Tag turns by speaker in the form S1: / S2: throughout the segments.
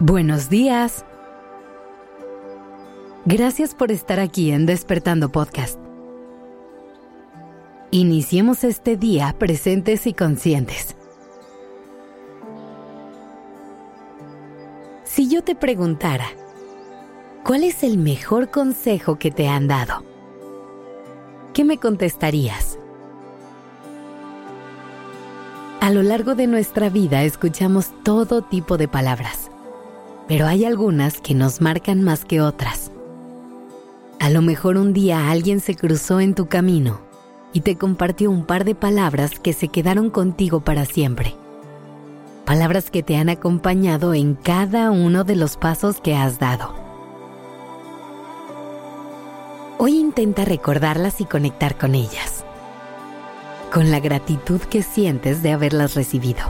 S1: Buenos días. Gracias por estar aquí en Despertando Podcast. Iniciemos este día presentes y conscientes. Si yo te preguntara, ¿cuál es el mejor consejo que te han dado? ¿Qué me contestarías? A lo largo de nuestra vida escuchamos todo tipo de palabras, pero hay algunas que nos marcan más que otras. A lo mejor un día alguien se cruzó en tu camino y te compartió un par de palabras que se quedaron contigo para siempre. Palabras que te han acompañado en cada uno de los pasos que has dado. Hoy intenta recordarlas y conectar con ellas, con la gratitud que sientes de haberlas recibido.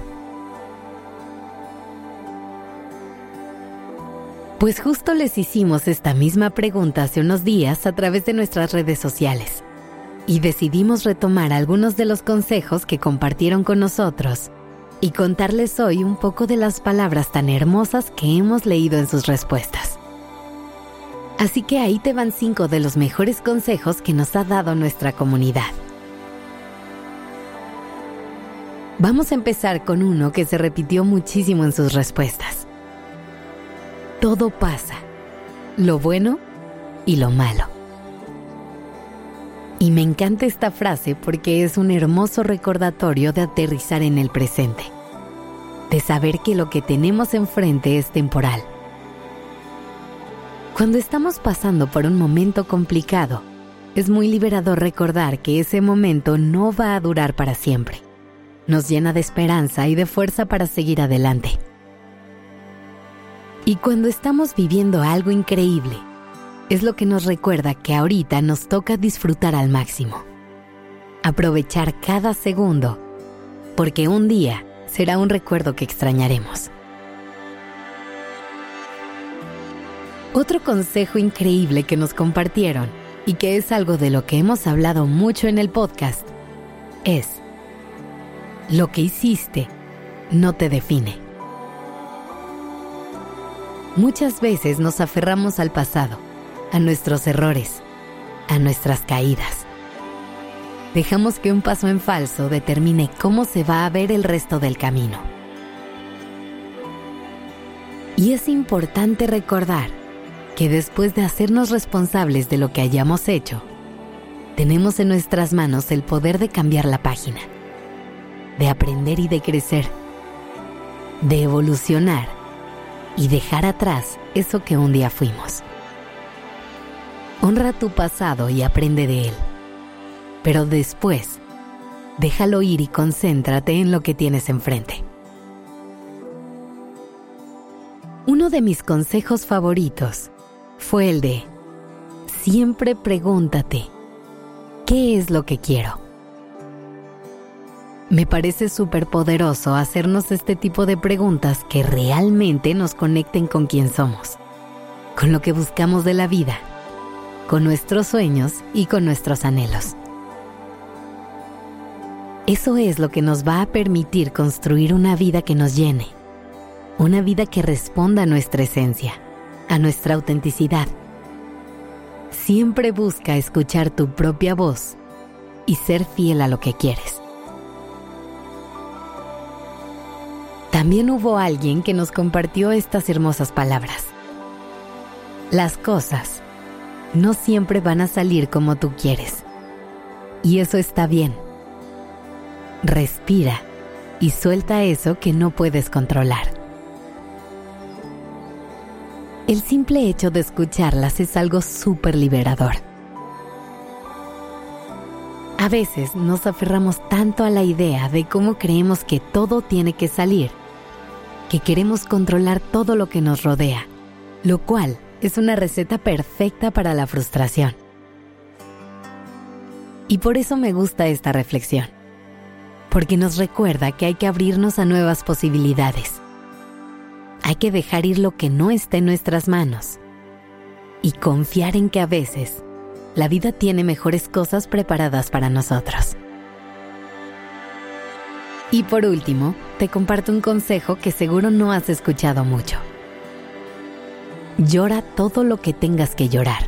S1: Pues justo les hicimos esta misma pregunta hace unos días a través de nuestras redes sociales y decidimos retomar algunos de los consejos que compartieron con nosotros y contarles hoy un poco de las palabras tan hermosas que hemos leído en sus respuestas. Así que ahí te van 5 de los mejores consejos que nos ha dado nuestra comunidad. Vamos a empezar con uno que se repitió muchísimo en sus respuestas. Todo pasa, lo bueno y lo malo. Y me encanta esta frase porque es un hermoso recordatorio de aterrizar en el presente, de saber que lo que tenemos enfrente es temporal. Cuando estamos pasando por un momento complicado, es muy liberador recordar que ese momento no va a durar para siempre. Nos llena de esperanza y de fuerza para seguir adelante. Y cuando estamos viviendo algo increíble, es lo que nos recuerda que ahorita nos toca disfrutar al máximo. Aprovechar cada segundo, porque un día será un recuerdo que extrañaremos. Otro consejo increíble que nos compartieron, y que es algo de lo que hemos hablado mucho en el podcast, es: lo que hiciste no te define. Muchas veces nos aferramos al pasado, a nuestros errores, a nuestras caídas. Dejamos que un paso en falso determine cómo se va a ver el resto del camino. Y es importante recordar que después de hacernos responsables de lo que hayamos hecho, tenemos en nuestras manos el poder de cambiar la página, de aprender y de crecer, de evolucionar y dejar atrás eso que un día fuimos. Honra tu pasado y aprende de él, pero después, déjalo ir y concéntrate en lo que tienes enfrente. Uno de mis consejos favoritos fue el de: siempre pregúntate, ¿qué es lo que quiero? Me parece súper poderoso hacernos este tipo de preguntas que realmente nos conecten con quién somos, con lo que buscamos de la vida, con nuestros sueños y con nuestros anhelos. Eso es lo que nos va a permitir construir una vida que nos llene, una vida que responda a nuestra esencia, a nuestra autenticidad. Siempre busca escuchar tu propia voz y ser fiel a lo que quieres. También hubo alguien que nos compartió estas hermosas palabras. Las cosas no siempre van a salir como tú quieres, y eso está bien. Respira y suelta eso que no puedes controlar. El simple hecho de escucharlas es algo súper liberador. A veces nos aferramos tanto a la idea de cómo creemos que todo tiene que salir, que queremos controlar todo lo que nos rodea, lo cual es una receta perfecta para la frustración. Y por eso me gusta esta reflexión, porque nos recuerda que hay que abrirnos a nuevas posibilidades. Hay que dejar ir lo que no está en nuestras manos y confiar en que a veces la vida tiene mejores cosas preparadas para nosotros. Y por último, te comparto un consejo que seguro no has escuchado mucho. Llora todo lo que tengas que llorar.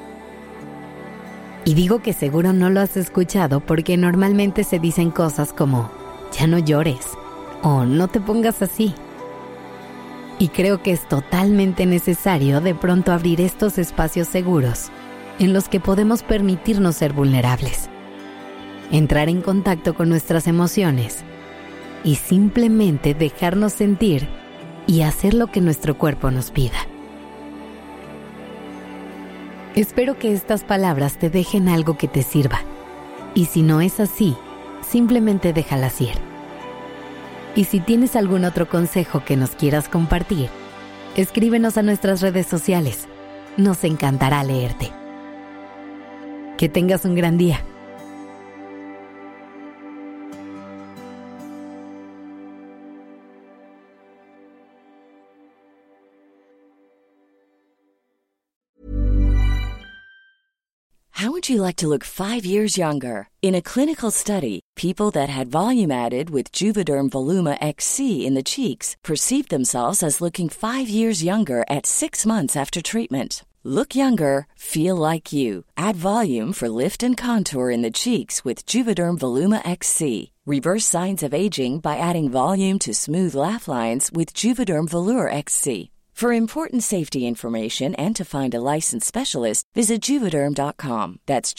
S1: Y digo que seguro no lo has escuchado porque normalmente se dicen cosas como, ya no llores, o no te pongas así. Y creo que es totalmente necesario de pronto abrir estos espacios seguros en los que podemos permitirnos ser vulnerables, entrar en contacto con nuestras emociones y simplemente dejarnos sentir y hacer lo que nuestro cuerpo nos pida. Espero que estas palabras te dejen algo que te sirva. Y si no es así, simplemente déjalas ir. Y si tienes algún otro consejo que nos quieras compartir, escríbenos a nuestras redes sociales. Nos encantará leerte. Que tengas un gran día.
S2: How would you like to look 5 years younger? In a clinical study, people that had volume added with Juvederm Voluma XC in the cheeks perceived themselves as looking 5 years younger at 6 months after treatment. Look younger, feel like you. Add volume for lift and contour in the cheeks with Juvederm Voluma XC. Reverse signs of aging by adding volume to smooth laugh lines with Juvederm Volure XC. For important safety information and to find a licensed specialist, visit Juvederm.com. That's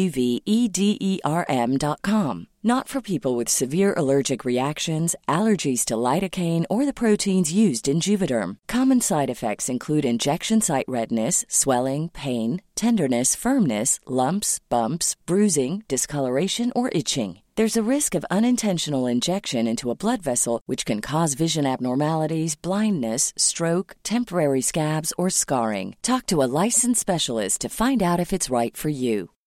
S2: JUVEDERM.com. Not for people with severe allergic reactions, allergies to lidocaine, or the proteins used in Juvederm. Common side effects include injection site redness, swelling, pain, tenderness, firmness, lumps, bumps, bruising, discoloration, or itching. There's a risk of unintentional injection into a blood vessel, which can cause vision abnormalities, blindness, stroke, temporary scabs, or scarring. Talk to a licensed specialist to find out if it's right for you.